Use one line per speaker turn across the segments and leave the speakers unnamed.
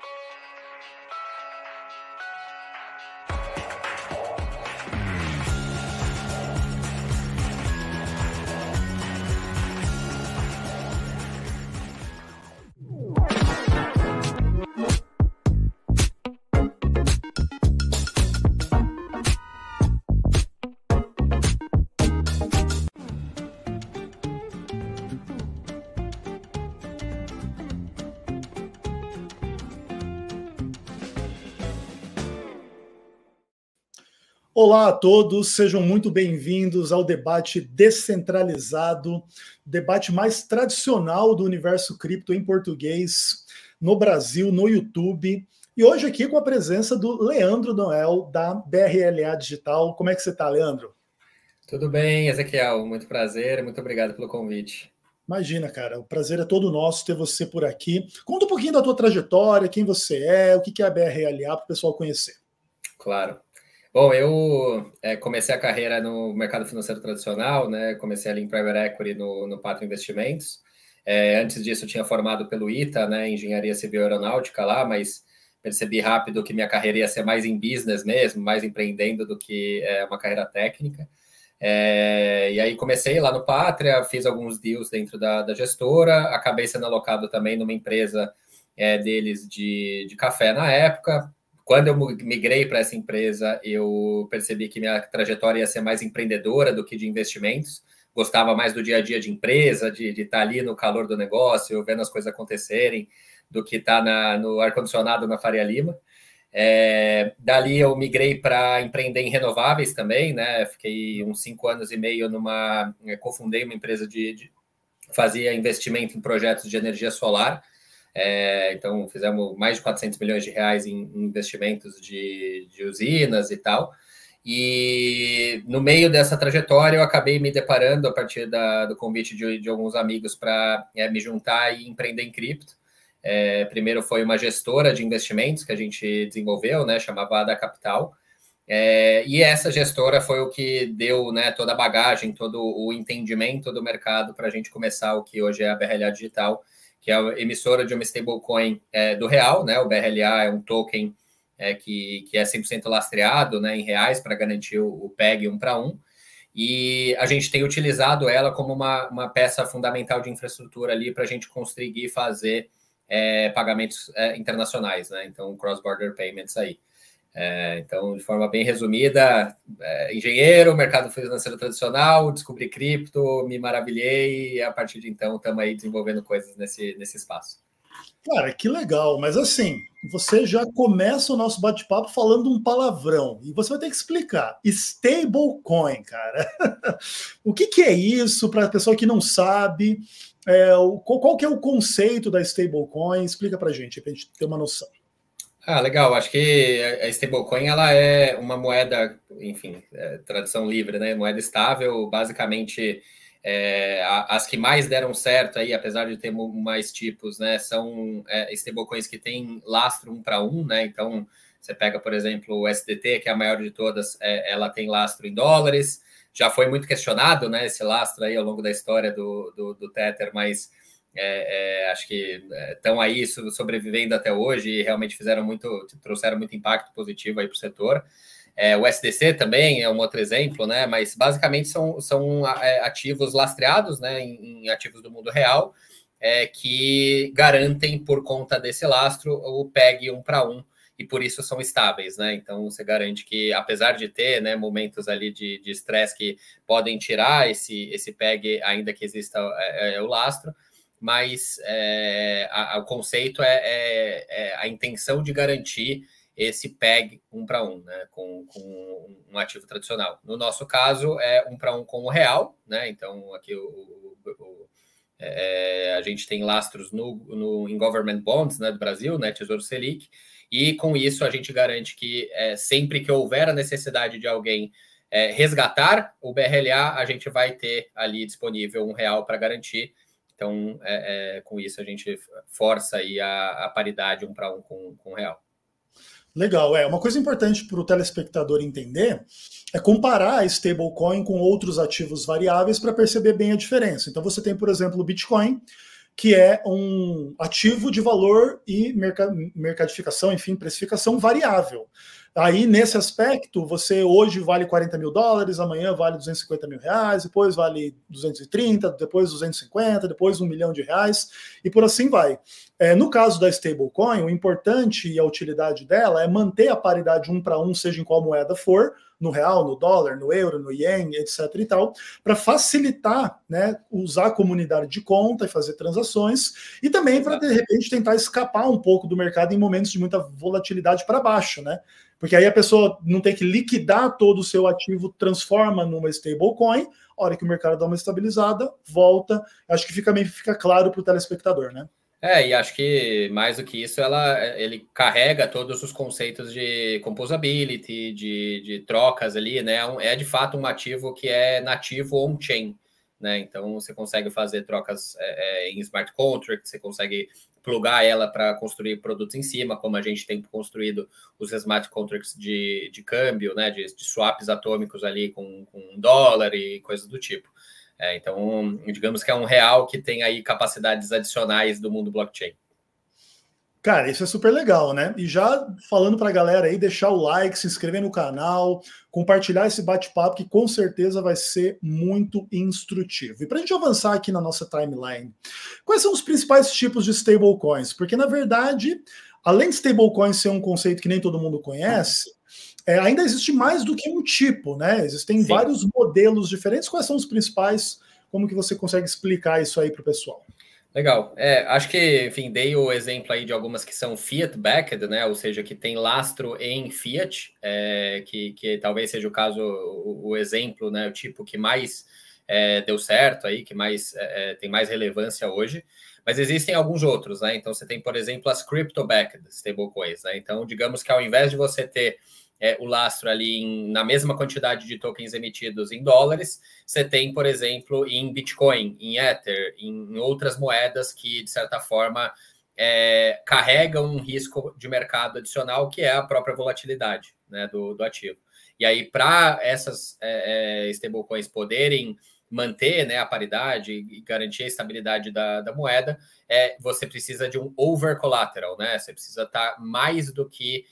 Olá a todos, sejam muito bem-vindos ao debate descentralizado, debate mais tradicional do universo cripto em português, no Brasil, no YouTube. E hoje aqui com a presença do Leandro Noel, da BRLA Digital. Como é que você está, Leandro?
Tudo bem, Ezequiel, muito prazer, muito obrigado pelo convite.
Imagina, cara, o prazer é todo nosso ter você por aqui. Conta um pouquinho da tua trajetória, quem você é, o que é a BRLA, para o pessoal conhecer.
Claro. Bom, eu comecei a carreira no mercado financeiro tradicional, né? Comecei ali em Private Equity no Patria Investimentos. Antes disso, eu tinha formado pelo ITA, né? Engenharia Civil Aeronáutica lá, mas percebi rápido que minha carreira ia ser mais em business mesmo, mais empreendendo do que uma carreira técnica. E aí comecei lá no Patria, fiz alguns deals dentro da gestora, acabei sendo alocado também numa empresa deles de café na época. Quando eu migrei para essa empresa, eu percebi que minha trajetória ia ser mais empreendedora do que de investimentos. Gostava mais do dia a dia de empresa, de estar ali no calor do negócio, vendo as coisas acontecerem, do que estar no ar-condicionado na Faria Lima. Dali eu migrei para empreender em renováveis também, né? Fiquei uns 5 anos e meio cofundei uma empresa fazia investimento em projetos de energia solar. Então, fizemos mais de 400 milhões de reais em investimentos de usinas e tal. E no meio dessa trajetória, eu acabei me deparando, a partir do convite de alguns amigos, para me juntar e empreender em cripto. Primeiro foi uma gestora de investimentos que a gente desenvolveu, né, chamava Ada Capital. E essa gestora foi o que deu, né, toda a bagagem, todo o entendimento do mercado para a gente começar o que hoje é a BRLA Digital, que é a emissora de uma stablecoin do real, né? O BRLA é um token que é 100% lastreado, né, em reais para garantir o PEG 1:1. E a gente tem utilizado ela como uma peça fundamental de infraestrutura ali para a gente conseguir fazer pagamentos internacionais, né? Então, cross-border payments aí. Então, de forma bem resumida, engenheiro, mercado financeiro tradicional, descobri cripto, me maravilhei e a partir de então estamos aí desenvolvendo coisas nesse espaço.
Cara, que legal, mas assim, você já começa o nosso bate-papo falando um palavrão e você vai ter que explicar. Stablecoin, cara. O que é isso para a pessoa que não sabe? Qual que é o conceito da stablecoin? Explica para a gente ter uma noção.
Legal. Acho que a stablecoin ela é uma moeda, enfim, tradução livre, né? Moeda estável, basicamente as que mais deram certo aí, apesar de ter mais tipos, né? São stablecoins que têm lastro 1:1, né? Então, você pega, por exemplo, o SDT, que é a maior de todas, ela tem lastro em dólares. Já foi muito questionado, né? Esse lastro aí ao longo da história do Tether, mas acho que estão aí sobrevivendo até hoje e realmente trouxeram muito impacto positivo aí para o setor. O SDC também é um outro exemplo, né? Mas basicamente são ativos lastreados, né? Em ativos do mundo real, que garantem por conta desse lastro o PEG 1:1 e por isso são estáveis, né? Então você garante que, apesar de ter, né, momentos ali de estresse que podem tirar esse PEG, ainda que exista o lastro, mas o conceito é a intenção de garantir esse PEG 1:1, né, com um ativo tradicional. No nosso caso, é 1:1 com o real, né? Então, aqui a gente tem lastros em government bonds, né, do Brasil, né, Tesouro Selic, e com isso a gente garante que sempre que houver a necessidade de alguém resgatar o BRLA, a gente vai ter ali disponível R$1 para garantir. Então, com isso, a gente força aí a paridade 1:1 com o real.
Legal, uma coisa importante para o telespectador entender é comparar a stablecoin com outros ativos variáveis para perceber bem a diferença. Então, você tem, por exemplo, o Bitcoin, que é um ativo de valor e mercadificação, enfim, precificação variável. Aí, nesse aspecto, você hoje vale 40 mil dólares, amanhã vale 250 mil reais, depois vale 230, depois 250, depois R$1 milhão, e por assim vai. No caso da stablecoin, o importante e a utilidade dela é manter a paridade 1 para 1, seja em qual moeda for, no real, no dólar, no euro, no ien, etc. e tal, para facilitar, né, usar a comunidade de conta e fazer transações, e também para, de repente, tentar escapar um pouco do mercado em momentos de muita volatilidade para baixo, né? Porque aí a pessoa não tem que liquidar todo o seu ativo, transforma numa stablecoin, a hora que o mercado dá uma estabilizada, volta. Acho que fica claro para o telespectador, né?
E acho que mais do que isso, ele carrega todos os conceitos de composability, de trocas ali, né? É de fato um ativo que é nativo on-chain, né? Então você consegue fazer trocas em smart contract, você consegue plugar ela para construir produtos em cima, como a gente tem construído os smart contracts de câmbio, né? De swaps atômicos ali com dólar e coisas do tipo. Então, digamos que é um real que tem aí capacidades adicionais do mundo blockchain.
Cara, isso é super legal, né? E já falando para a galera aí, deixar o like, se inscrever no canal, compartilhar esse bate-papo, que com certeza vai ser muito instrutivo. E para a gente avançar aqui na nossa timeline, quais são os principais tipos de stablecoins? Porque, na verdade, além de stablecoins ser um conceito que nem todo mundo conhece, ainda existe mais do que um tipo, né? Existem vários modelos diferentes. Quais são os principais? Como que você consegue explicar isso aí para o pessoal?
Legal. Acho que, enfim, dei o exemplo aí de algumas que são fiat-backed, né? Ou seja, que tem lastro em fiat, que talvez seja o caso, o exemplo, né? O tipo que mais deu certo aí, que mais tem mais relevância hoje. Mas existem alguns outros, né? Então, você tem, por exemplo, as crypto-backed stablecoins, né? Então, digamos que ao invés de você ter o lastro ali na mesma quantidade de tokens emitidos em dólares, você tem, por exemplo, em Bitcoin, em Ether, em outras moedas que, de certa forma, carregam um risco de mercado adicional, que é a própria volatilidade, né, do ativo. E aí, para essas stablecoins poderem manter, né, a paridade e garantir a estabilidade da moeda, você precisa de um over collateral, né? Você precisa estar mais do que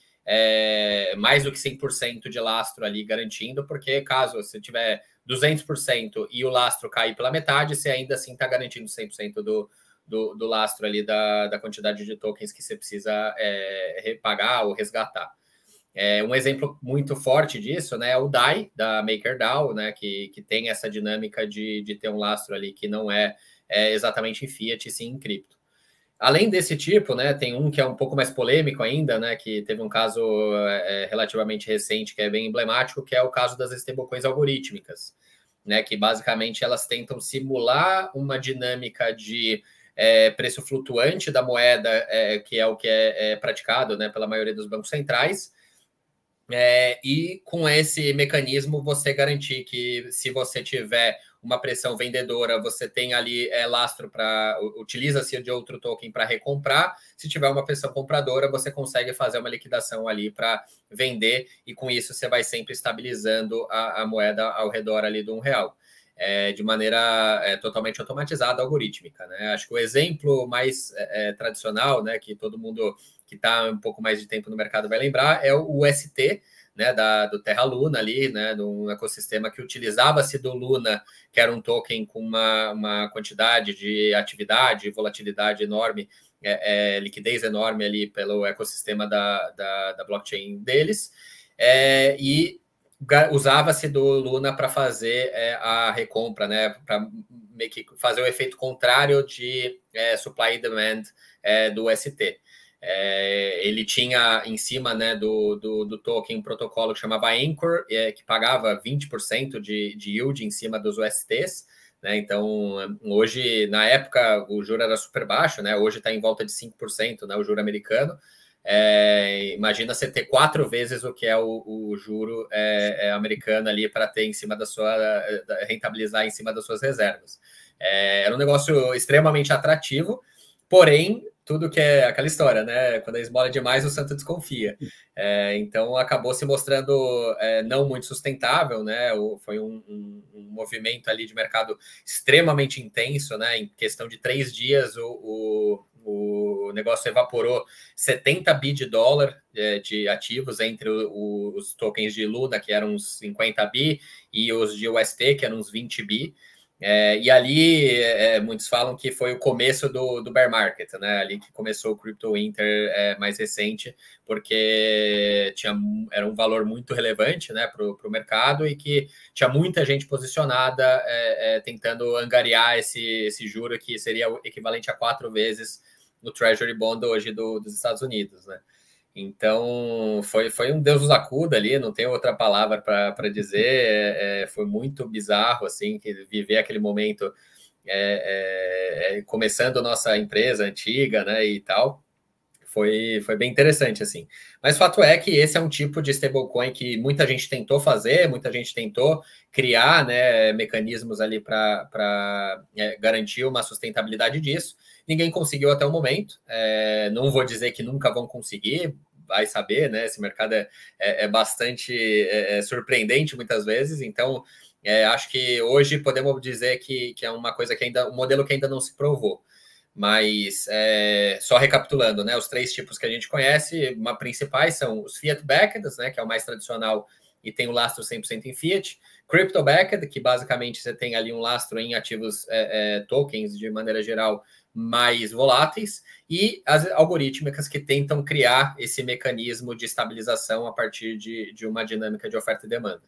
100% de lastro ali garantindo, porque caso você tiver 200% e o lastro cair pela metade, você ainda assim está garantindo 100% do lastro ali da quantidade de tokens que você precisa repagar ou resgatar. Um exemplo muito forte disso, né, é o DAI, da MakerDAO, né, que tem essa dinâmica de ter um lastro ali que não é exatamente em fiat, sim em cripto. Além desse tipo, né, tem um que é um pouco mais polêmico ainda, né, que teve um caso relativamente recente que é bem emblemático, que é o caso das stablecoins algorítmicas, né, que basicamente elas tentam simular uma dinâmica de preço flutuante da moeda, que é o que é praticado, né, pela maioria dos bancos centrais, e com esse mecanismo você garantir que se você tiver uma pressão vendedora, você tem ali lastro para... Utiliza-se de outro token para recomprar. Se tiver uma pressão compradora, você consegue fazer uma liquidação ali para vender, e com isso você vai sempre estabilizando a moeda ao redor ali do R$1. De maneira totalmente automatizada, algorítmica, né? Acho que o exemplo mais tradicional, né, que todo mundo que está um pouco mais de tempo no mercado vai lembrar, é o UST, né, do Terra Luna ali, né, num ecossistema que utilizava-se do Luna, que era um token com uma quantidade de atividade, volatilidade enorme, liquidez enorme ali pelo ecossistema da blockchain deles, e usava-se do Luna para fazer a recompra, né, para meio que fazer o efeito contrário de supply e demand do UST. Ele tinha em cima, né, do token um protocolo que chamava Anchor, que pagava 20% de yield em cima dos USTs, né? Então, hoje, na época, o juro era super baixo, né? Hoje está em volta de 5%, né, o juro americano. Imagina você ter 4 vezes o que é o juro americano ali para ter em cima rentabilizar em cima das suas reservas. Era um negócio extremamente atrativo, porém, tudo que é aquela história, né? Quando a esmola é demais, o santo desconfia. Então, acabou se mostrando não muito sustentável, né? Foi um movimento ali de mercado extremamente intenso, né? Em questão de 3 dias, o negócio evaporou 70 bi de dólar de ativos entre os tokens de Luna, que eram uns 50 bi, e os de UST, que eram uns 20 bi. E ali, muitos falam que foi o começo do bear market, né? Ali que começou o Crypto Winter mais recente, porque era um valor muito relevante, né, para o mercado, e que tinha muita gente posicionada tentando angariar esse juro que seria o equivalente a 4 vezes no Treasury Bond hoje dos Estados Unidos, né? Então, foi um Deus nos acuda ali, não tem outra palavra para dizer, foi muito bizarro, assim, viver aquele momento começando nossa empresa antiga, né, e tal, foi bem interessante, assim. Mas o fato é que esse é um tipo de stablecoin que muita gente tentou fazer, muita gente tentou criar, né, mecanismos ali para garantir uma sustentabilidade disso. Ninguém conseguiu até o momento. Não vou dizer que nunca vão conseguir, vai saber, né? Esse mercado é bastante surpreendente muitas vezes. Então, acho que hoje podemos dizer que é uma coisa que ainda, um modelo que ainda não se provou. Mas, só recapitulando, né? Os 3 tipos que a gente conhece, principais são os fiat-backed, né? Que é o mais tradicional e tem o lastro 100% em fiat. Crypto-backed, que basicamente você tem ali um lastro em ativos tokens, de maneira geral, mais voláteis, e as algorítmicas que tentam criar esse mecanismo de estabilização a partir de uma dinâmica de oferta e demanda.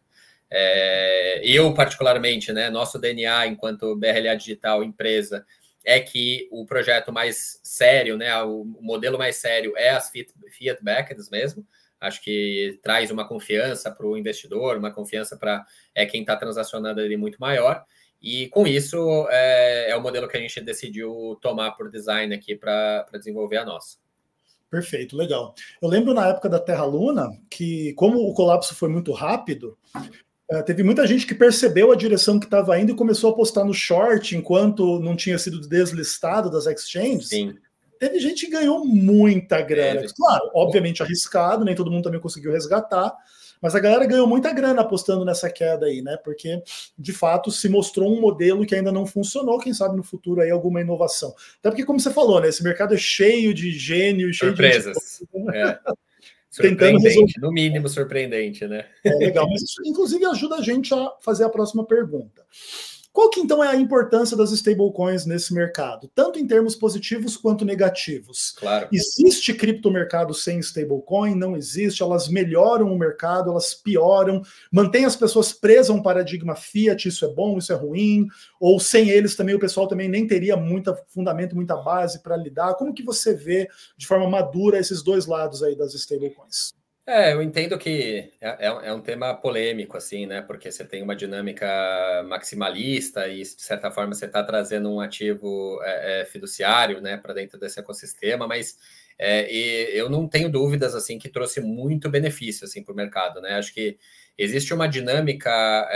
Eu, particularmente, né, nosso DNA enquanto BRLA Digital, empresa, é que o projeto mais sério, né, o modelo mais sério é as fiat-backed mesmo. Acho que traz uma confiança para o investidor, uma confiança para quem está transacionando ali muito maior. E com isso, é o modelo que a gente decidiu tomar por design aqui para desenvolver a nossa.
Perfeito, legal. Eu lembro na época da Terra Luna que, como o colapso foi muito rápido, teve muita gente que percebeu a direção que estava indo e começou a apostar no short enquanto não tinha sido deslistado das exchanges.
Sim.
Teve gente que ganhou muita grana. Claro, obviamente arriscado, nem todo mundo também conseguiu resgatar, mas a galera ganhou muita grana apostando nessa queda aí, né? Porque, de fato, se mostrou um modelo que ainda não funcionou, quem sabe no futuro aí alguma inovação. Até porque, como você falou, né? Esse mercado é cheio de gênio, cheio
surpresas.
de gente...
Surpreendente, no mínimo surpreendente, né?
Legal, mas isso inclusive ajuda a gente a fazer a próxima pergunta. Qual que então é a importância das stablecoins nesse mercado, tanto em termos positivos quanto negativos?
Claro.
Existe criptomercado sem stablecoin? Não existe? Elas melhoram o mercado? Elas pioram? Mantém as pessoas presas a um paradigma fiat? Isso é bom? Isso é ruim? Ou sem eles também o pessoal também nem teria muito fundamento, muita base para lidar? Como que você vê de forma madura esses dois lados aí das stablecoins?
Eu entendo que é um tema polêmico, assim, né? Porque você tem uma dinâmica maximalista e, de certa forma, você está trazendo um ativo fiduciário, né, para dentro desse ecossistema, mas e eu não tenho dúvidas, assim, que trouxe muito benefício, assim, para o mercado, né? Acho que existe uma dinâmica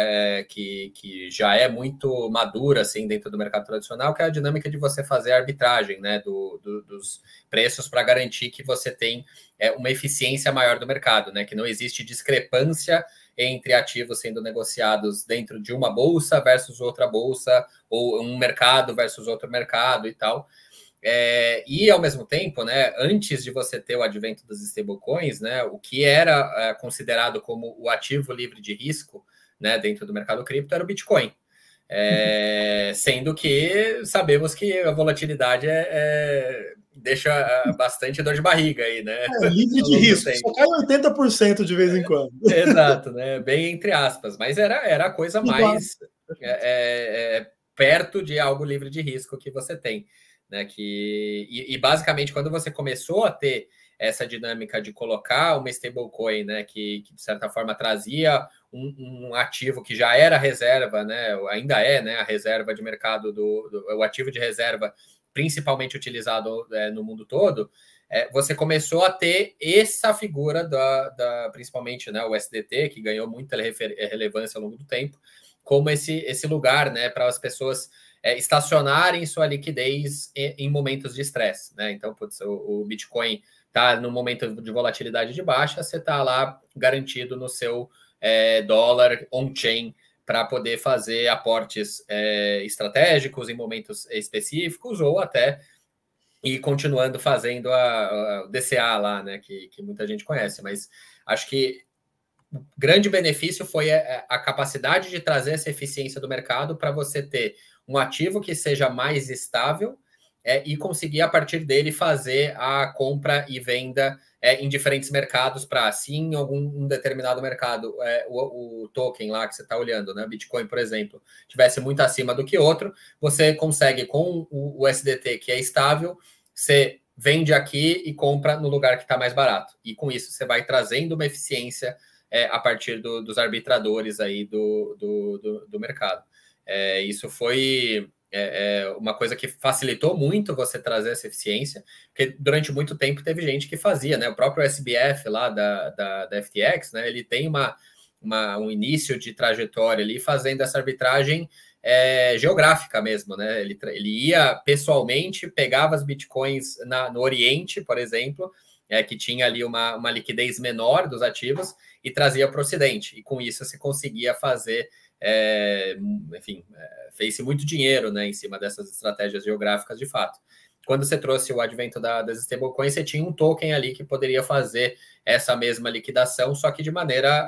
que já é muito madura, assim, dentro do mercado tradicional, que é a dinâmica de você fazer a arbitragem, né, dos preços para garantir que você tem uma eficiência maior do mercado, né? Que não existe discrepância entre ativos sendo negociados dentro de uma bolsa versus outra bolsa, ou um mercado versus outro mercado e tal. E, ao mesmo tempo, né, antes de você ter o advento das stablecoins, né, o que era considerado como o ativo livre de risco, né, dentro do mercado cripto era o Bitcoin. Sendo que sabemos que a volatilidade deixa bastante dor de barriga aí, né?
Livre de risco, só cai 80% de vez em quando.
Exato, né? Bem entre aspas, mas era a coisa mais perto de algo livre de risco que você tem, né? E basicamente, quando você começou a ter essa dinâmica de colocar uma stablecoin, né, que de certa forma trazia um ativo que já era reserva, né, ainda né, a reserva de mercado o ativo de reserva principalmente utilizado no mundo todo, você começou a ter essa figura principalmente, né, o SDT, que ganhou muita relevância ao longo do tempo, como esse lugar, né, para as pessoas estacionarem sua liquidez em momentos de estresse, né? Então, putz, o Bitcoin está no momento de volatilidade de baixa, você está lá garantido no seu dólar on-chain para poder fazer aportes estratégicos em momentos específicos ou até ir continuando fazendo o DCA lá, né? Que muita gente conhece, mas acho que o grande benefício foi a capacidade de trazer essa eficiência do mercado para você ter um ativo que seja mais estável e conseguir, a partir dele, fazer a compra e venda em diferentes mercados para, assim, em algum determinado mercado, o token lá que você está olhando, né, Bitcoin, por exemplo, tivesse muito acima do que outro, você consegue, com o USDT, que é estável, você vende aqui e compra no lugar que está mais barato. E com isso, você vai trazendo uma eficiência a partir dos arbitradores aí do mercado. Isso foi uma coisa que facilitou muito você trazer essa eficiência, porque durante muito tempo teve gente que fazia, né? O próprio SBF lá da FTX, né? Ele tem um início de trajetória ali fazendo essa arbitragem geográfica mesmo, né? Ele ia pessoalmente, pegava as bitcoins no Oriente, por exemplo, que tinha ali uma liquidez menor dos ativos e trazia para o Ocidente. E com isso você conseguia fazer, fez-se muito dinheiro, né, em cima dessas estratégias geográficas de fato. Quando você trouxe o advento das stablecoins, você tinha um token ali que poderia fazer essa mesma liquidação, só que de maneira,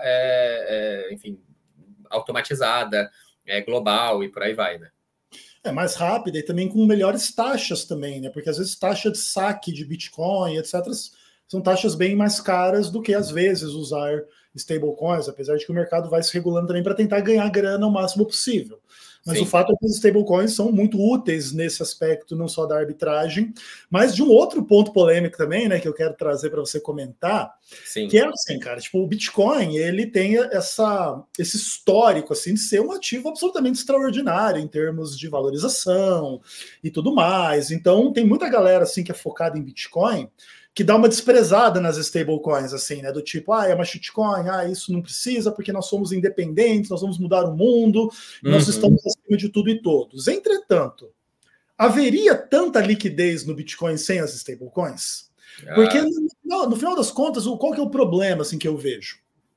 automatizada, global e por aí vai, né?
Mais rápida e também com melhores taxas também, né? Porque às vezes taxa de saque de Bitcoin, etc., são taxas bem mais caras do que às vezes usar stablecoins, apesar de que o mercado vai se regulando também para tentar ganhar grana o máximo possível. Mas Sim. O fato é que os stablecoins são muito úteis nesse aspecto, não só da arbitragem, mas de um outro ponto polêmico também, né, que eu quero trazer para você comentar, Sim. que é assim, cara, tipo, o Bitcoin, ele tem esse histórico, assim, de ser um ativo absolutamente extraordinário em termos de valorização e tudo mais. Então, tem muita galera, assim, que é focada em Bitcoin, que dá uma desprezada nas stablecoins, assim, né? Do tipo, é uma shitcoin, isso não precisa, porque nós somos independentes, nós vamos mudar o mundo, nós estamos acima de tudo e todos. Entretanto, haveria tanta liquidez no Bitcoin sem as stablecoins? Porque, no final das contas, qual que é o problema, assim, que eu vejo?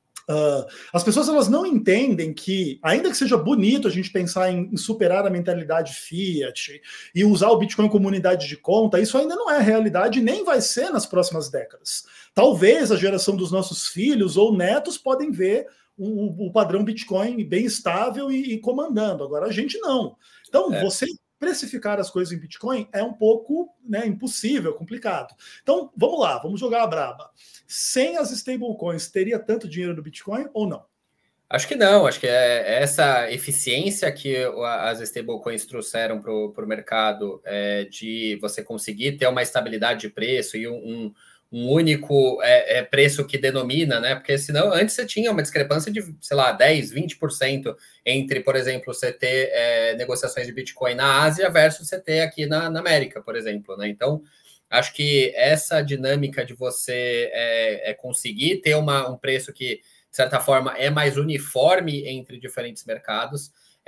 As pessoas elas não entendem que, ainda que seja bonito a gente pensar em superar a mentalidade fiat e usar o Bitcoin como unidade de conta, isso ainda não é realidade e nem vai ser nas próximas décadas. Talvez a geração dos nossos filhos ou netos podem ver o padrão Bitcoin bem estável e comandando. Agora a gente não. Então, você precificar as coisas em Bitcoin é um pouco, né, impossível, complicado. Então, vamos lá, vamos jogar a braba. Sem as stablecoins, teria tanto dinheiro no Bitcoin ou não?
Acho que não, acho que é essa eficiência que as stablecoins trouxeram para o mercado, de você conseguir ter uma estabilidade de preço e um único preço que denomina, né? Porque senão antes você tinha uma discrepância de, sei lá, 10%, 20% entre, por exemplo, você ter negociações de Bitcoin na Ásia versus você ter aqui na América, por exemplo, né? Então, acho que essa dinâmica de você conseguir ter um preço que, de certa forma, é mais uniforme entre diferentes mercados,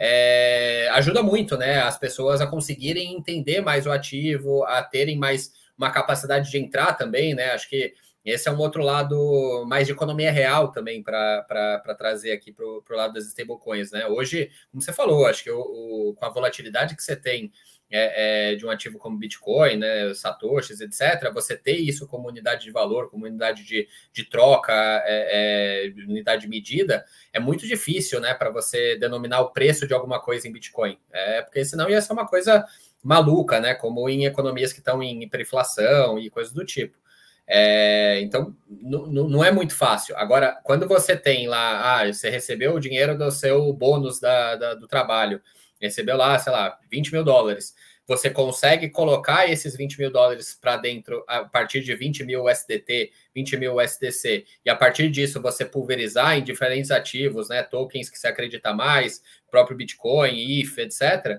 ajuda muito, né? As pessoas a conseguirem entender mais o ativo, a terem mais uma capacidade de entrar também, né? Acho que esse é um outro lado mais de economia real também para trazer aqui para o lado das stablecoins, né? Hoje, como você falou, acho que com a volatilidade que você tem de um ativo como Bitcoin, né, satoshis, etc., você ter isso como unidade de valor, como unidade de troca, unidade de medida, é muito difícil, né, para você denominar o preço de alguma coisa em Bitcoin. Porque senão ia ser uma coisa maluca, né, como em economias que estão em hiperinflação e coisas do tipo. Então, não é muito fácil. Agora, quando você tem lá, você recebeu o dinheiro do seu bônus do trabalho, recebeu lá, sei lá, $20 mil, você consegue colocar esses $20 mil para dentro a partir de 20 mil USDT, 20 mil USDC, e a partir disso você pulverizar em diferentes ativos, né, tokens que você acredita mais, próprio Bitcoin, ETH, etc.,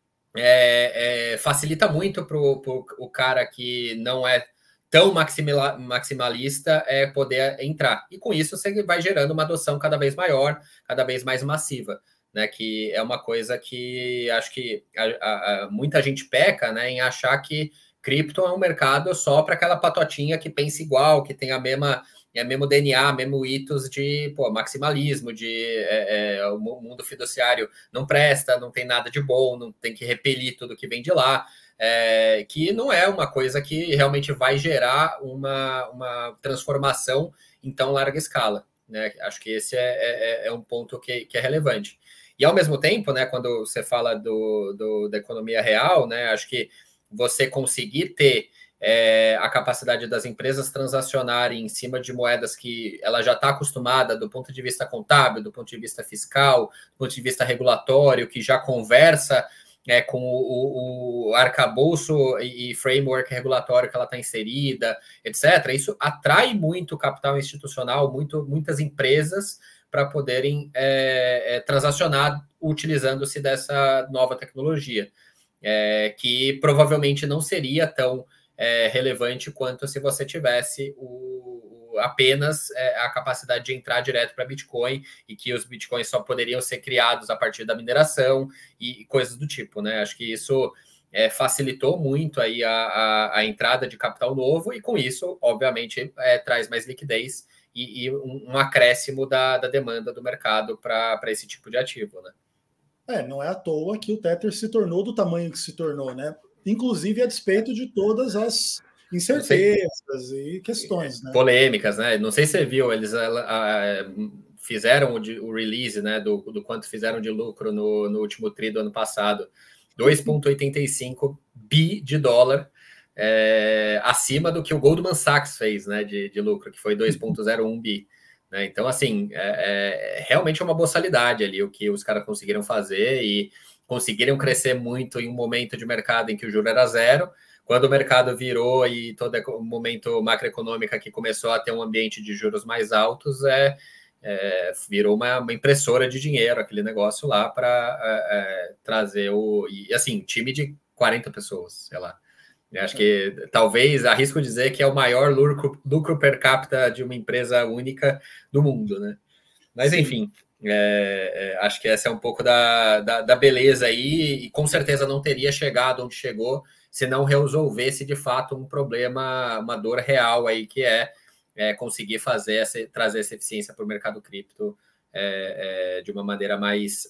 facilita muito para o cara que não é tão maximalista poder entrar. E com isso você vai gerando uma adoção cada vez maior, cada vez mais massiva, né, que é uma coisa que acho que muita gente peca, né, em achar que cripto é um mercado só para aquela patotinha que pensa igual, que tem a mesmo DNA, mesmo ethos de maximalismo, o mundo fiduciário não presta, não tem nada de bom, não tem que repelir tudo que vem de lá, que não é uma coisa que realmente vai gerar uma transformação em tão larga escala, né? Acho que esse é um ponto que é relevante. E, ao mesmo tempo, né, quando você fala da economia real, né, acho que você conseguir ter a capacidade das empresas transacionarem em cima de moedas que ela já está acostumada do ponto de vista contábil, do ponto de vista fiscal, do ponto de vista regulatório, que já conversa com o arcabouço e framework regulatório que ela está inserida, etc. Isso atrai muito capital institucional, muitas empresas para poderem transacionar utilizando-se dessa nova tecnologia, que provavelmente não seria tão relevante quanto se você tivesse apenas a capacidade de entrar direto para Bitcoin, e que os Bitcoins só poderiam ser criados a partir da mineração e coisas do tipo, né? Acho que isso facilitou muito aí a entrada de capital novo, e com isso, obviamente, traz mais liquidez e um acréscimo da demanda do mercado para esse tipo de ativo, né?
Não é à toa que o Tether se tornou do tamanho que se tornou, né? Inclusive a despeito de todas as incertezas e questões, né?
Polêmicas, né? Não sei se você viu, eles fizeram o release, né, do quanto fizeram de lucro no último tri do ano passado, 2,85 bi de dólar, acima do que o Goldman Sachs fez, né, de lucro, que foi 2,01 bi. Né? Então, assim, realmente é uma boçalidade ali o que os caras conseguiram fazer, e conseguiram crescer muito em um momento de mercado em que o juro era zero. Quando o mercado virou e todo o momento macroeconômico que começou a ter um ambiente de juros mais altos, virou uma impressora de dinheiro aquele negócio lá para trazer e assim, time de 40 pessoas, sei lá. Eu acho que talvez arrisco dizer que é o maior lucro per capita de uma empresa única do mundo, né? Mas, sim, enfim, acho que essa é um pouco da beleza aí, e com certeza não teria chegado onde chegou se não resolvesse de fato um problema, uma dor real aí, que conseguir trazer essa eficiência para o mercado cripto de uma maneira mais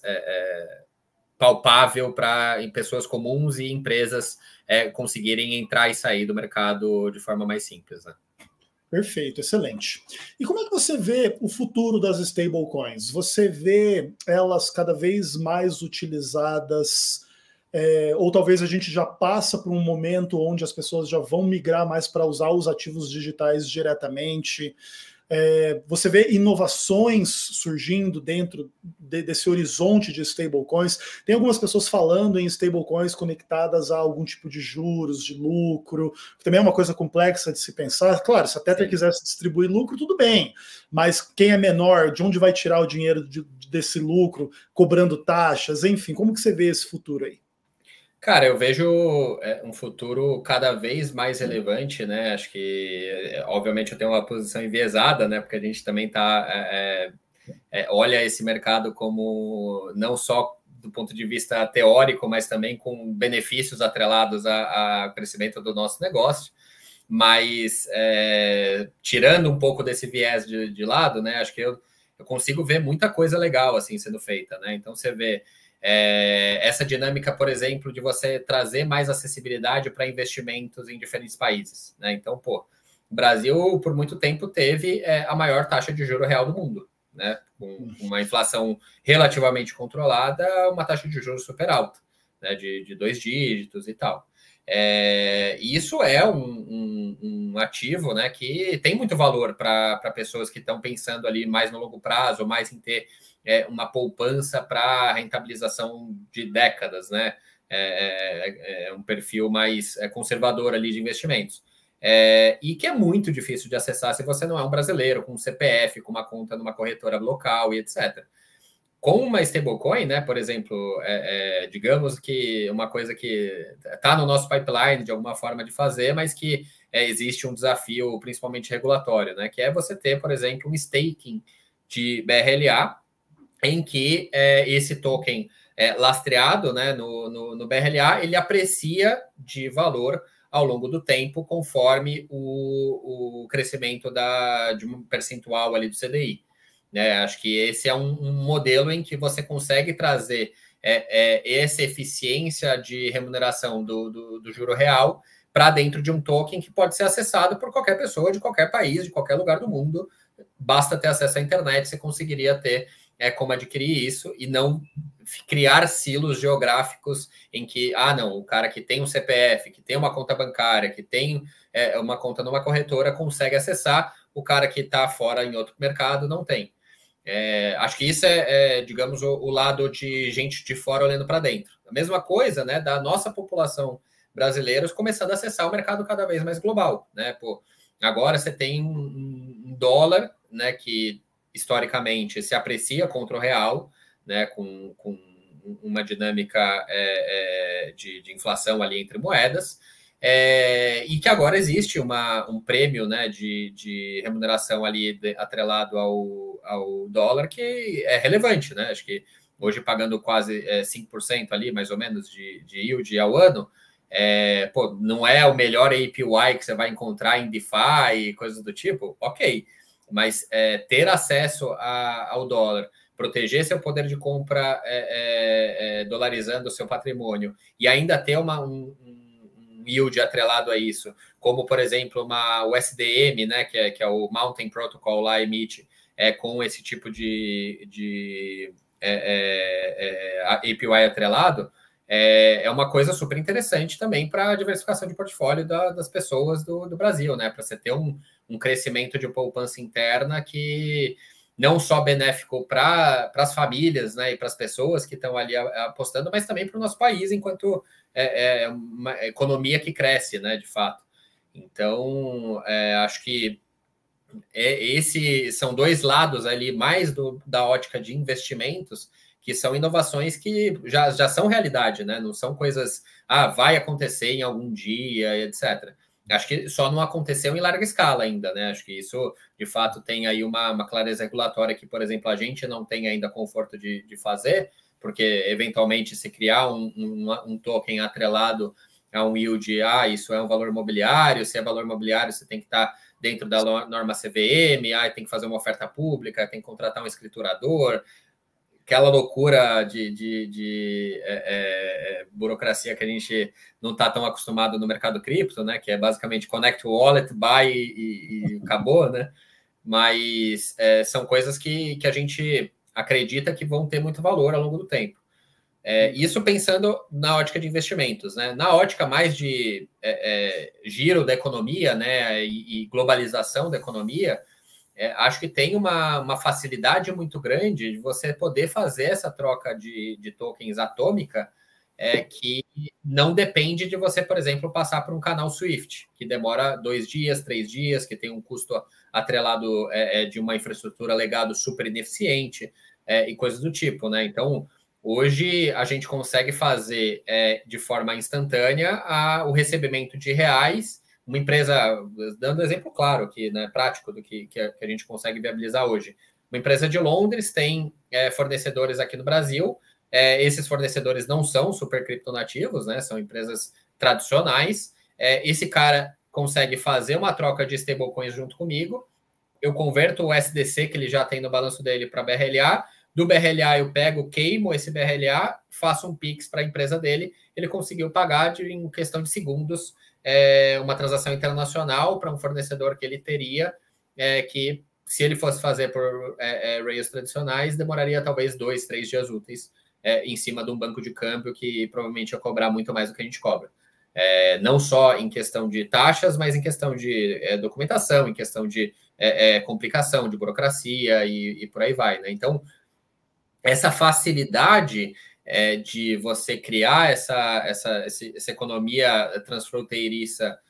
palpável em pessoas comuns e empresas conseguirem entrar e sair do mercado de forma mais simples, né?
Perfeito, excelente. E como é que você vê o futuro das stablecoins? Você vê elas cada vez mais utilizadas, ou talvez a gente já passa por um momento onde as pessoas já vão migrar mais para usar os ativos digitais diretamente? Você vê inovações surgindo dentro desse horizonte de stablecoins. Tem algumas pessoas falando em stablecoins conectadas a algum tipo de juros, de lucro, que também é uma coisa complexa de se pensar. Claro, se a Tether quisesse distribuir lucro, tudo bem, mas quem é menor, de onde vai tirar o dinheiro desse lucro, cobrando taxas, enfim, como que você vê esse futuro aí?
Cara, eu vejo um futuro cada vez mais relevante, né? Acho que, obviamente, eu tenho uma posição enviesada, né? Porque a gente também olha esse mercado como não só do ponto de vista teórico, mas também com benefícios atrelados ao crescimento do nosso negócio. Mas, tirando um pouco desse viés de lado, né? Acho que eu consigo ver muita coisa legal assim sendo feita, né? Então, você vê essa dinâmica, por exemplo, de você trazer mais acessibilidade para investimentos em diferentes países, né? Então, o Brasil, por muito tempo, teve a maior taxa de juro real do mundo, né? Com uma inflação relativamente controlada, uma taxa de juros super alta, né? De 2 dígitos e tal. E isso é um ativo, né, que tem muito valor para pessoas que estão pensando ali mais no longo prazo, mais em ter uma poupança para rentabilização de décadas, né? Um perfil mais conservador ali de investimentos. E que é muito difícil de acessar se você não é um brasileiro, com um CPF, com uma conta numa corretora local e etc. Com uma stablecoin, né, por exemplo, digamos que uma coisa que está no nosso pipeline de alguma forma de fazer, mas que existe um desafio principalmente regulatório, né, que é você ter, por exemplo, um staking de BRLA em que esse token lastreado, né, no BRLA, ele aprecia de valor ao longo do tempo, conforme o crescimento de um percentual ali do CDI. Né? Acho que esse é um modelo em que você consegue trazer essa eficiência de remuneração do juro real para dentro de um token que pode ser acessado por qualquer pessoa de qualquer país, de qualquer lugar do mundo. Basta ter acesso à internet, você conseguiria ter como adquirir isso e não criar silos geográficos em que, não, o cara que tem um CPF, que tem uma conta bancária, que tem uma conta numa corretora, consegue acessar, o cara que está fora em outro mercado não tem. Acho que isso digamos, o lado de gente de fora olhando para dentro. A mesma coisa, né, da nossa população brasileiros começando a acessar o mercado cada vez mais global, né? Pô, agora você tem um dólar, né, que historicamente se aprecia contra o real, né, com uma dinâmica de inflação ali entre moedas, e que agora existe um prêmio, né, de remuneração ali atrelado ao dólar que é relevante, né? Acho que hoje pagando quase 5% ali, mais ou menos, de yield ao ano, não é o melhor APY que você vai encontrar em DeFi e coisas do tipo, ok, mas ter acesso ao dólar, proteger seu poder de compra dolarizando o seu patrimônio e ainda ter um yield atrelado a isso, como, por exemplo, o SDM, né, que é o Mountain Protocol lá emite, com esse tipo de API atrelado, é uma coisa super interessante também para a diversificação de portfólio das pessoas do Brasil, né? Para você ter um crescimento de poupança interna que não só benéfico para as famílias, né, e para as pessoas que estão ali apostando, mas também para o nosso país, enquanto uma economia que cresce, né, de fato. Então, acho que esses são dois lados ali, mais da ótica de investimentos, que são inovações que já são realidade, né? Não são coisas, vai acontecer em algum dia, etc. Acho que só não aconteceu em larga escala ainda, né? Acho que isso, de fato, tem aí uma clareza regulatória que, por exemplo, a gente não tem ainda conforto de fazer, porque, eventualmente, se criar um token atrelado a um yield, isso é um valor imobiliário, se é valor imobiliário, você tem que estar dentro da norma CVM, tem que fazer uma oferta pública, tem que contratar um escriturador, aquela loucura de burocracia que a gente não está tão acostumado no mercado cripto, né? Que é basicamente connect wallet, buy e acabou, né? Mas são coisas que a gente acredita que vão ter muito valor ao longo do tempo. Isso pensando na ótica de investimentos, né? Na ótica mais de giro da economia, né? E globalização da economia, acho que tem uma facilidade muito grande de você poder fazer essa troca de tokens atômica que não depende de você, por exemplo, passar por um canal SWIFT, que demora 2 dias, 3 dias, que tem um custo atrelado de uma infraestrutura legado super ineficiente e coisas do tipo, né? Então, hoje a gente consegue fazer de forma instantânea o recebimento de reais. Uma empresa, dando exemplo claro aqui, né, prático do que a gente consegue viabilizar hoje. Uma empresa de Londres tem fornecedores aqui no Brasil. Esses fornecedores não são super criptonativos, né? São empresas tradicionais. Esse cara consegue fazer uma troca de stablecoins junto comigo. Eu converto o SDC que ele já tem no balanço dele para BRLA. Do BRLA eu pego, queimo esse BRLA, faço um Pix para a empresa dele. Ele conseguiu pagar em questão de segundos uma transação internacional para um fornecedor que ele teria, que se ele fosse fazer por rails tradicionais, demoraria talvez 2, 3 dias úteis em cima de um banco de câmbio que provavelmente ia cobrar muito mais do que a gente cobra. Não só em questão de taxas, mas em questão de documentação, em questão de complicação, de burocracia e por aí vai, né? Então, essa facilidade de você criar essa economia transfronteiriça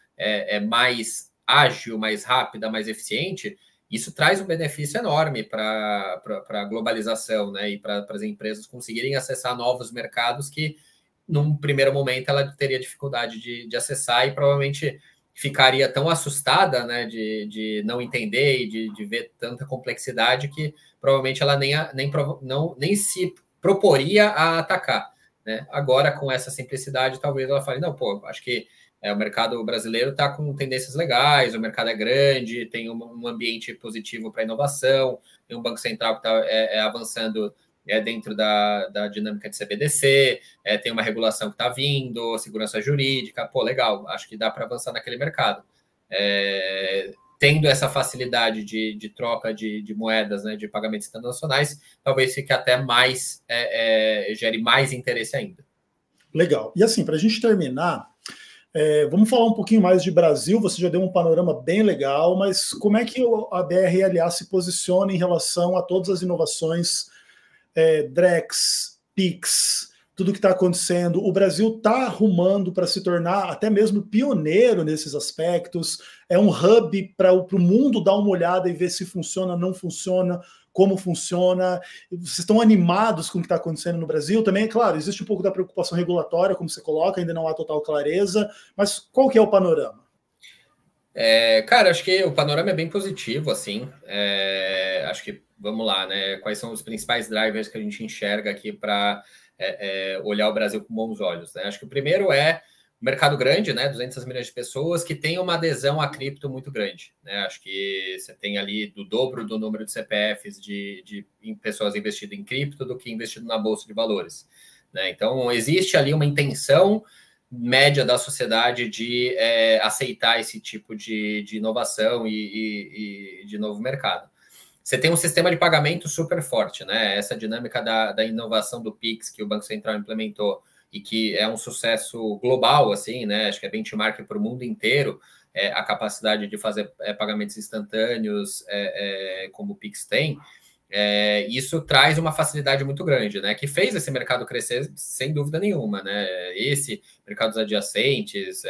mais ágil, mais rápida, mais eficiente, isso traz um benefício enorme para a globalização, né? E para as empresas conseguirem acessar novos mercados que, num primeiro momento, ela teria dificuldade de acessar e provavelmente ficaria tão assustada, né, de não entender e de ver tanta complexidade que provavelmente ela nem se proporia a atacar, né? Agora, com essa simplicidade, talvez ela fale, não, pô, acho que o mercado brasileiro está com tendências legais, o mercado é grande, tem um ambiente positivo para inovação, tem um Banco Central que está avançando dentro da dinâmica de CBDC, tem uma regulação que está vindo, segurança jurídica, pô, legal, acho que dá para avançar naquele mercado. Tendo essa facilidade de troca de moedas, né, de pagamentos internacionais, talvez fique até mais, gere mais interesse ainda.
Legal. E assim, para a gente terminar, vamos falar um pouquinho mais de Brasil. Você já deu um panorama bem legal, mas como é que a BRLA se posiciona em relação a todas as inovações, Drex, Pix, tudo que está acontecendo? O Brasil está arrumando para se tornar até mesmo pioneiro nesses aspectos? É um hub para o mundo dar uma olhada e ver se funciona, não funciona, como funciona? Vocês estão animados com o que está acontecendo no Brasil? Também, é claro, existe um pouco da preocupação regulatória, como você coloca, ainda não há total clareza, mas qual que é o panorama?
Cara, acho que o panorama é bem positivo, assim. Acho que, vamos lá, né? Quais são os principais drivers que a gente enxerga aqui para olhar o Brasil com bons olhos, né? Acho que o primeiro é o mercado grande, né? 200 milhões de pessoas que tem uma adesão a cripto muito grande, né? Acho que você tem ali do dobro do número de CPFs de pessoas investidas em cripto do que investido na Bolsa de Valores, né? Então, existe ali uma intenção média da sociedade de aceitar esse tipo de inovação e de novo mercado. Você tem um sistema de pagamento super forte, né? Essa dinâmica da inovação do Pix que o Banco Central implementou e que é um sucesso global, assim, né? Acho que é benchmark para o mundo inteiro, a capacidade de fazer pagamentos instantâneos como o Pix tem. Isso traz uma facilidade muito grande, né? Que fez esse mercado crescer sem dúvida nenhuma, né? Esse, mercados adjacentes,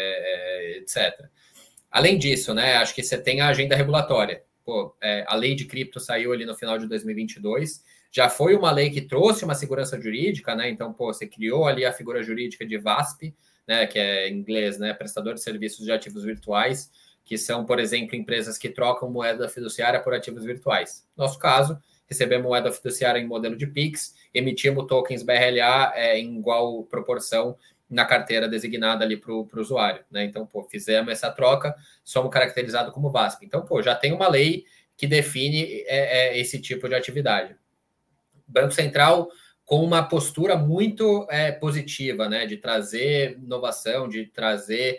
etc. Além disso, né? Acho que você tem a agenda regulatória. Pô, a lei de cripto saiu ali no final de 2022, já foi uma lei que trouxe uma segurança jurídica, né? Então, pô, você criou ali a figura jurídica de VASP, né? Que é em inglês, né? Prestador de serviços de ativos virtuais, que são, por exemplo, empresas que trocam moeda fiduciária por ativos virtuais. No nosso caso, recebemos moeda fiduciária em modelo de PIX, emitimos tokens BRLA em igual proporção na carteira designada ali para o usuário, né? Então, pô, fizemos essa troca, somos caracterizados como VASP. Então, pô, já tem uma lei que define esse tipo de atividade. Banco Central com uma postura muito positiva, né? De trazer inovação, de trazer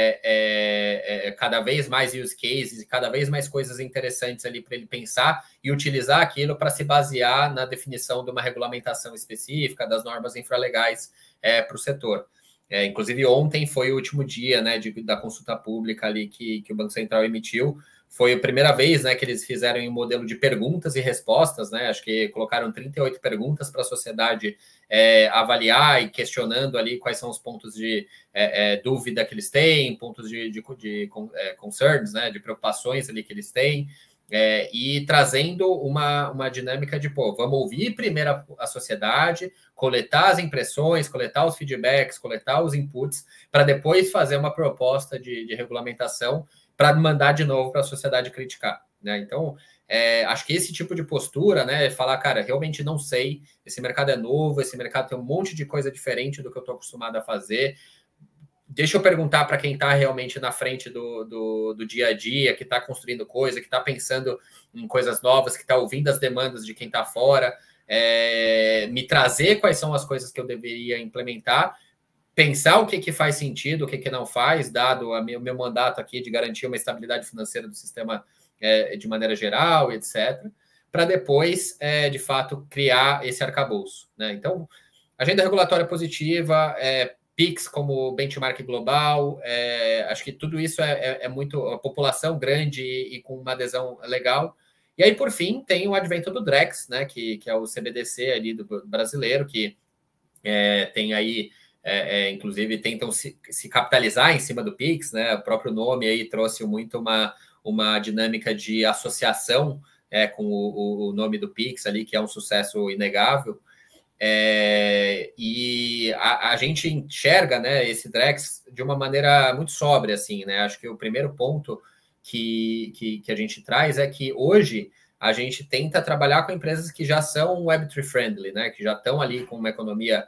cada vez mais use cases, cada vez mais coisas interessantes ali para ele pensar e utilizar aquilo para se basear na definição de uma regulamentação específica, das normas infralegais para o setor. Inclusive, ontem foi o último dia, né, da consulta pública ali que o Banco Central emitiu. Foi a primeira vez, né, que eles fizeram um modelo de perguntas e respostas, né? Acho que colocaram 38 perguntas para a sociedade avaliar e questionando ali quais são os pontos de dúvida que eles têm, pontos de concerns, né, de preocupações ali que eles têm, e trazendo uma dinâmica de, pô, vamos ouvir primeiro a sociedade, coletar as impressões, coletar os feedbacks, coletar os inputs, para depois fazer uma proposta de regulamentação para mandar de novo para a sociedade criticar, né? Então, acho que esse tipo de postura, né, falar, cara, realmente não sei, esse mercado é novo, esse mercado tem um monte de coisa diferente do que eu estou acostumado a fazer, deixa eu perguntar para quem está realmente na frente do dia a dia, que está construindo coisa, que está pensando em coisas novas, que está ouvindo as demandas de quem está fora, me trazer quais são as coisas que eu deveria implementar, pensar o que faz sentido, o que não faz, dado o meu mandato aqui de garantir uma estabilidade financeira do sistema de maneira geral, etc., para depois, de fato, criar esse arcabouço, né? Então, agenda regulatória positiva, PIX como benchmark global, acho que tudo isso é muito, a população grande e com uma adesão legal. E aí, por fim, tem o advento do Drex, né, que é o CBDC ali do brasileiro, que tem aí, inclusive, tentam se capitalizar em cima do Pix, né? O próprio nome aí trouxe muito uma dinâmica de associação com o nome do Pix ali, que é um sucesso inegável. E a gente enxerga, né, esse Drex de uma maneira muito sóbria, assim, né? Acho que o primeiro ponto que a gente traz é que hoje a gente tenta trabalhar com empresas que já são Web3 friendly, né? Que já estão ali com uma economia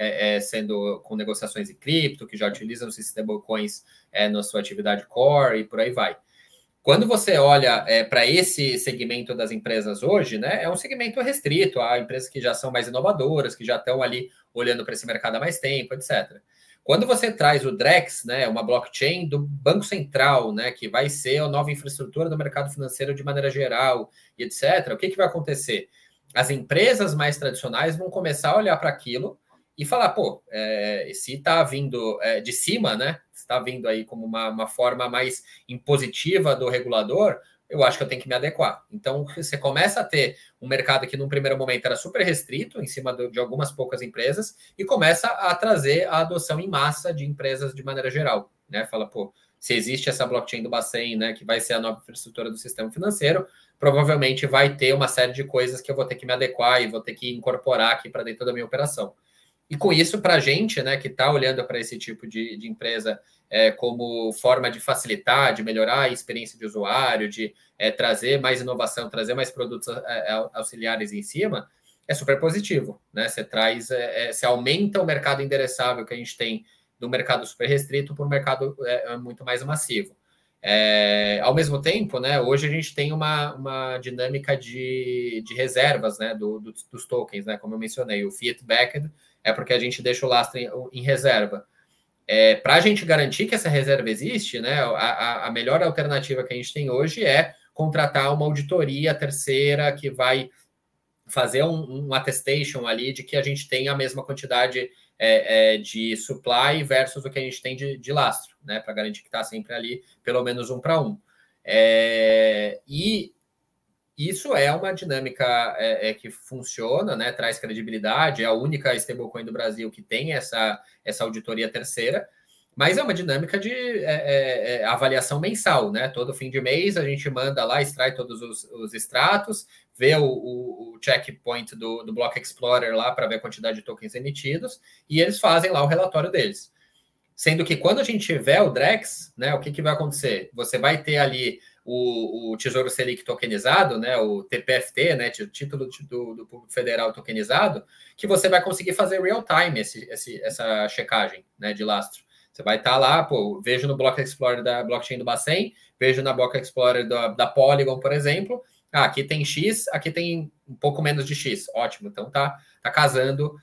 sendo com negociações em cripto, que já utilizam os stablecoins na sua atividade core e por aí vai. Quando você olha para esse segmento das empresas hoje, né, é um segmento restrito a empresas que já são mais inovadoras, que já estão ali olhando para esse mercado há mais tempo, etc. Quando você traz o Drex, né, uma blockchain do Banco Central, né, que vai ser a nova infraestrutura do mercado financeiro de maneira geral, e etc., o que vai acontecer? As empresas mais tradicionais vão começar a olhar para aquilo e falar, pô, se está vindo de cima, né? Está vindo aí como uma forma mais impositiva do regulador, eu acho que eu tenho que me adequar. Então, você começa a ter um mercado que, num primeiro momento, era super restrito, em cima de algumas poucas empresas, e começa a trazer a adoção em massa de empresas de maneira geral, né? Fala, pô, se existe essa blockchain do Bacen, né, que vai ser a nova infraestrutura do sistema financeiro, provavelmente vai ter uma série de coisas que eu vou ter que me adequar e vou ter que incorporar aqui para dentro da minha operação. E com isso, para a gente, né, que está olhando para esse tipo de empresa como forma de facilitar, de melhorar a experiência de usuário, de trazer mais inovação, trazer mais produtos auxiliares em cima, é super positivo, né? Você traz, você aumenta o mercado endereçável que a gente tem do mercado super restrito para um mercado muito mais massivo. Ao mesmo tempo, né, hoje a gente tem uma dinâmica de reservas, né, dos tokens, né, como eu mencionei, o Fiat Backed é porque a gente deixa o lastro em reserva. Para a gente garantir que essa reserva existe, né, a melhor alternativa que a gente tem hoje é contratar uma auditoria terceira que vai fazer um attestation ali de que a gente tem a mesma quantidade de supply versus o que a gente tem de lastro, né, para garantir que está sempre ali pelo menos 1 para 1. E isso é uma dinâmica que funciona, né, traz credibilidade, é a única stablecoin do Brasil que tem essa auditoria terceira, mas é uma dinâmica de avaliação mensal, né? Todo fim de mês a gente manda lá, extrai todos os extratos, vê o checkpoint do Block Explorer lá para ver a quantidade de tokens emitidos, e eles fazem lá o relatório deles. Sendo que quando a gente tiver o Drex, né, o que vai acontecer? Você vai ter ali o Tesouro Selic tokenizado, né, o TPFT, né, título do Público Federal tokenizado, que você vai conseguir fazer real-time essa checagem, né, de lastro. Você vai estar lá, pô, vejo no Block Explorer da blockchain do Bacen, vejo na Block Explorer da Polygon, por exemplo, aqui tem X, aqui tem um pouco menos de X. Ótimo, então tá casando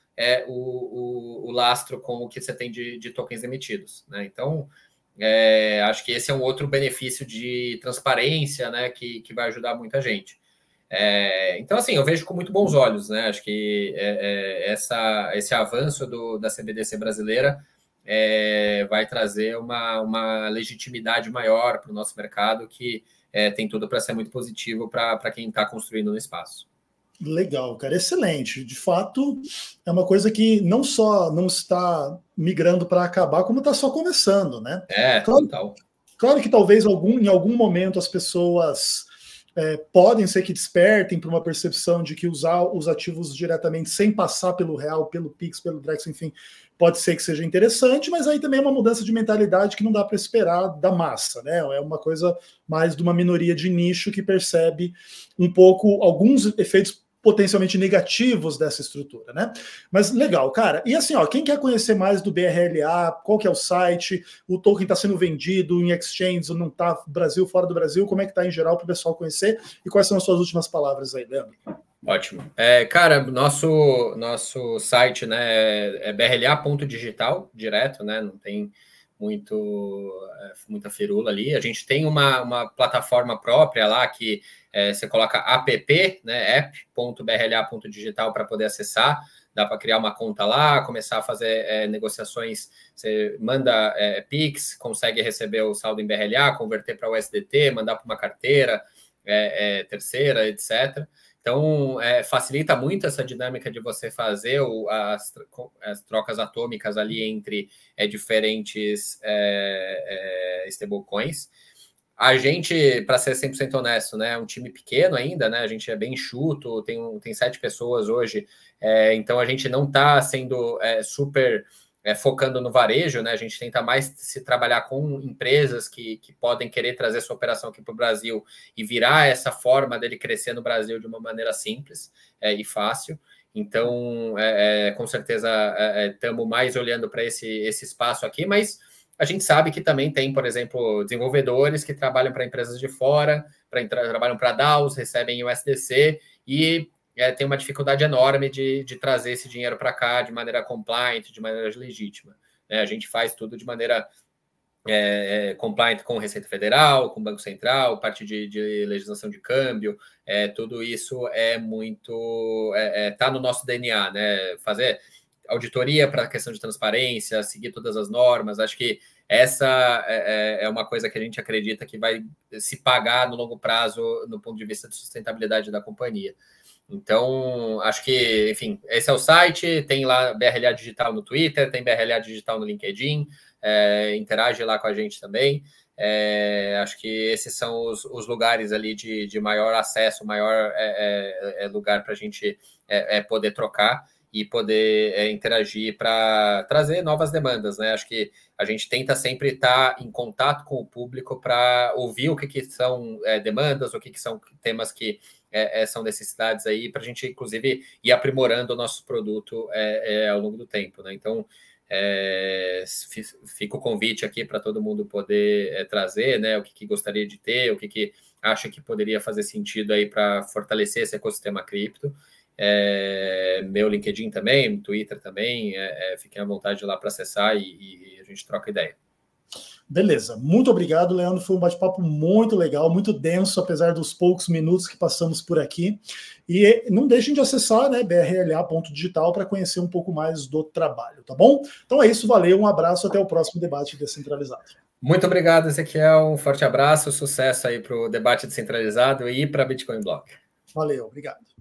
o lastro com o que você tem de tokens emitidos, né? Então, acho que esse é um outro benefício de transparência, né, que vai ajudar muita gente. Então, assim, eu vejo com muito bons olhos, né? Acho que esse avanço da CBDC brasileira vai trazer uma legitimidade maior para o nosso mercado, que tem tudo para ser muito positivo para quem está construindo no espaço.
Legal, cara, excelente. De fato, é uma coisa que não só não está migrando para acabar, como está só começando, né? Claro,
total.
Claro que talvez em algum momento as pessoas podem ser que despertem para uma percepção de que usar os ativos diretamente sem passar pelo real, pelo Pix, pelo Drex, enfim, pode ser que seja interessante, mas aí também é uma mudança de mentalidade que não dá para esperar da massa, né? É uma coisa mais de uma minoria de nicho que percebe um pouco alguns efeitos potencialmente negativos dessa estrutura, né? Mas legal, cara. E assim, ó, quem quer conhecer mais do BRLA, qual que é o site, o token está sendo vendido em exchanges ou não está, Brasil, fora do Brasil, como é que está em geral para o pessoal conhecer e quais são as suas últimas palavras aí, Leandro?
Ótimo. Cara, nosso site, né, é brla.digital, direto, né? Não tem muita firula ali. A gente tem uma plataforma própria lá que você coloca app, né, app.brla.digital para poder acessar. Dá para criar uma conta lá, começar a fazer negociações. Você manda Pix, consegue receber o saldo em BRLA, converter para USDT, mandar para uma carteira terceira, etc. Então, facilita muito essa dinâmica de você fazer as trocas atômicas ali entre diferentes stablecoins. a gente, para ser 100% honesto, né, é um time pequeno ainda, né? A gente é bem enxuto, tem 7 pessoas hoje, então a gente não está sendo super focando no varejo, né? A gente tenta mais se trabalhar com empresas que podem querer trazer sua operação aqui para o Brasil e virar essa forma dele crescer no Brasil de uma maneira simples e fácil. Então, com certeza, estamos mais olhando para esse espaço aqui, mas a gente sabe que também tem, por exemplo, desenvolvedores que trabalham para empresas de fora, trabalham para DAOs, recebem o SDC e tem uma dificuldade enorme de trazer esse dinheiro para cá de maneira compliant, de maneira legítima. A gente faz tudo de maneira compliant com Receita Federal, com Banco Central, parte de legislação de câmbio, tudo isso muito está no nosso DNA, né? Fazer auditoria para a questão de transparência, seguir todas as normas. Acho que essa é uma coisa que a gente acredita que vai se pagar no longo prazo no ponto de vista de sustentabilidade da companhia. Então, acho que, enfim, esse é o site, tem lá BRLA Digital no Twitter, tem BRLA Digital no LinkedIn, interage lá com a gente também. Acho que esses são os lugares ali de maior acesso, maior lugar para a gente poder trocar e poder interagir para trazer novas demandas, né? Acho que a gente tenta sempre estar em contato com o público para ouvir o que são demandas, o que são temas que são necessidades aí, para a gente, inclusive, ir aprimorando o nosso produto ao longo do tempo, né? Então, fica o convite aqui para todo mundo poder trazer, né, o que gostaria de ter, o que acha que poderia fazer sentido aí para fortalecer esse ecossistema cripto. Meu LinkedIn também, Twitter também, fiquem à vontade lá para acessar e a gente troca ideia.
Beleza, muito obrigado, Leandro, foi um bate-papo muito legal, muito denso, apesar dos poucos minutos que passamos por aqui, e não deixem de acessar, né, brla.digital para conhecer um pouco mais do trabalho, tá bom? Então é isso, valeu, um abraço, até o próximo debate descentralizado.
Muito obrigado, Ezequiel, um forte abraço, sucesso aí para o debate descentralizado e para Bitcoin Block.
Valeu, obrigado.